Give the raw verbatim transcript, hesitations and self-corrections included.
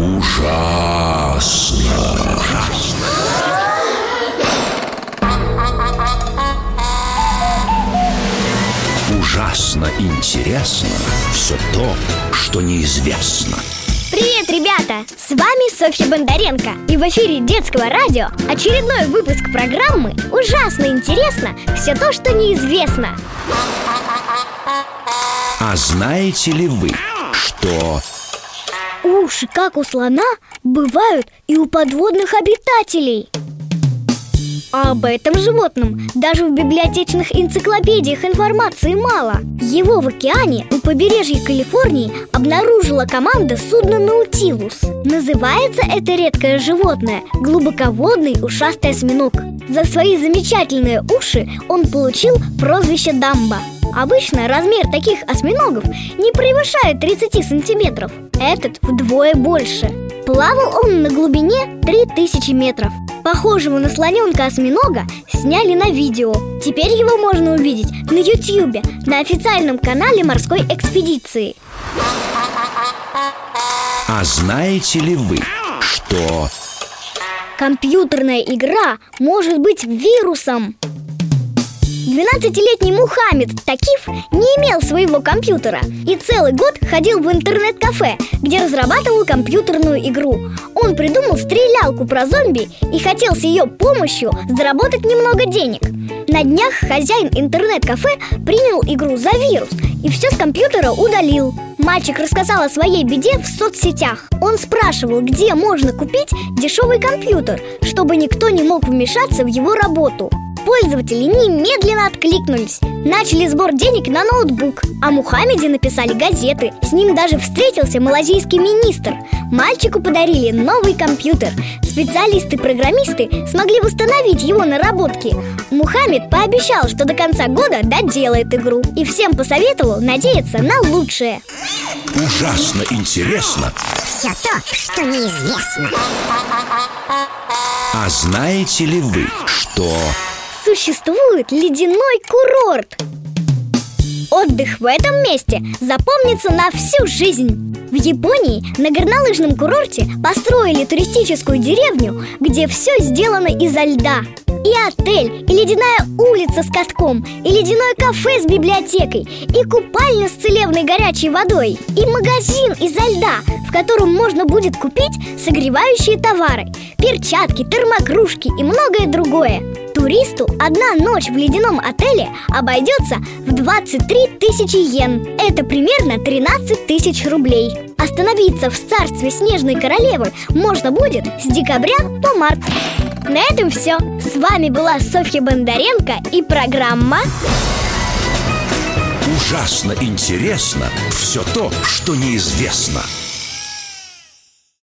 Ужасно. Ужасно интересно все то, что неизвестно. Привет, ребята! С вами Софья Бондаренко. И в эфире Детского радио очередной выпуск программы «Ужасно интересно все то, что неизвестно». А знаете ли вы, что... Уши, как у слона, бывают и у подводных обитателей. А об этом животном даже в библиотечных энциклопедиях информации мало. Его в океане у побережья Калифорнии обнаружила команда судна «Наутилус». Называется это редкое животное глубоководный ушастый осьминог. За свои замечательные уши он получил прозвище «Дамбо». Обычно размер таких осьминогов не превышает тридцать сантиметров. Этот вдвое больше. Плавал он на глубине три тысячи метров. Похожего на слоненка-осьминога сняли на видео. Теперь его можно увидеть на ютьюбе, на официальном канале морской экспедиции. А знаете ли вы, что... Компьютерная игра может быть вирусом? двенадцатилетний Мухаммед Такиф не имел своего компьютера и целый год ходил в интернет-кафе, где разрабатывал компьютерную игру. Он придумал стрелялку про зомби и хотел с ее помощью заработать немного денег. На днях хозяин интернет-кафе принял игру за вирус и все с компьютера удалил. Мальчик рассказал о своей беде в соцсетях. Он спрашивал, где можно купить дешевый компьютер, чтобы никто не мог вмешаться в его работу. Пользователи немедленно откликнулись. Начали сбор денег на ноутбук. О Мухаммеде написали газеты. С ним даже встретился малазийский министр. Мальчику подарили новый компьютер. Специалисты-программисты смогли восстановить его наработки. Мухаммед пообещал, что до конца года доделает игру. И всем посоветовал надеяться на лучшее. Ужасно интересно все то, что неизвестно. А знаете ли вы, что... Существует ледяной курорт. Отдых в этом месте запомнится на всю жизнь. В Японии на горнолыжном курорте построили туристическую деревню, где все сделано изо льда. И отель, и ледяная улица с катком, и ледяное кафе с библиотекой, и купальня с целебной горячей водой, и магазин изо льда, в котором можно будет купить согревающие товары, перчатки, термокружки и многое другое. Туристу одна ночь в ледяном отеле обойдется в двадцать три тысячи йен. Это примерно тринадцать тысяч рублей. Остановиться в царстве Снежной Королевы можно будет с декабря по март. На этом все. С вами была Софья Бондаренко и программа Ужасно интересно все то, что неизвестно.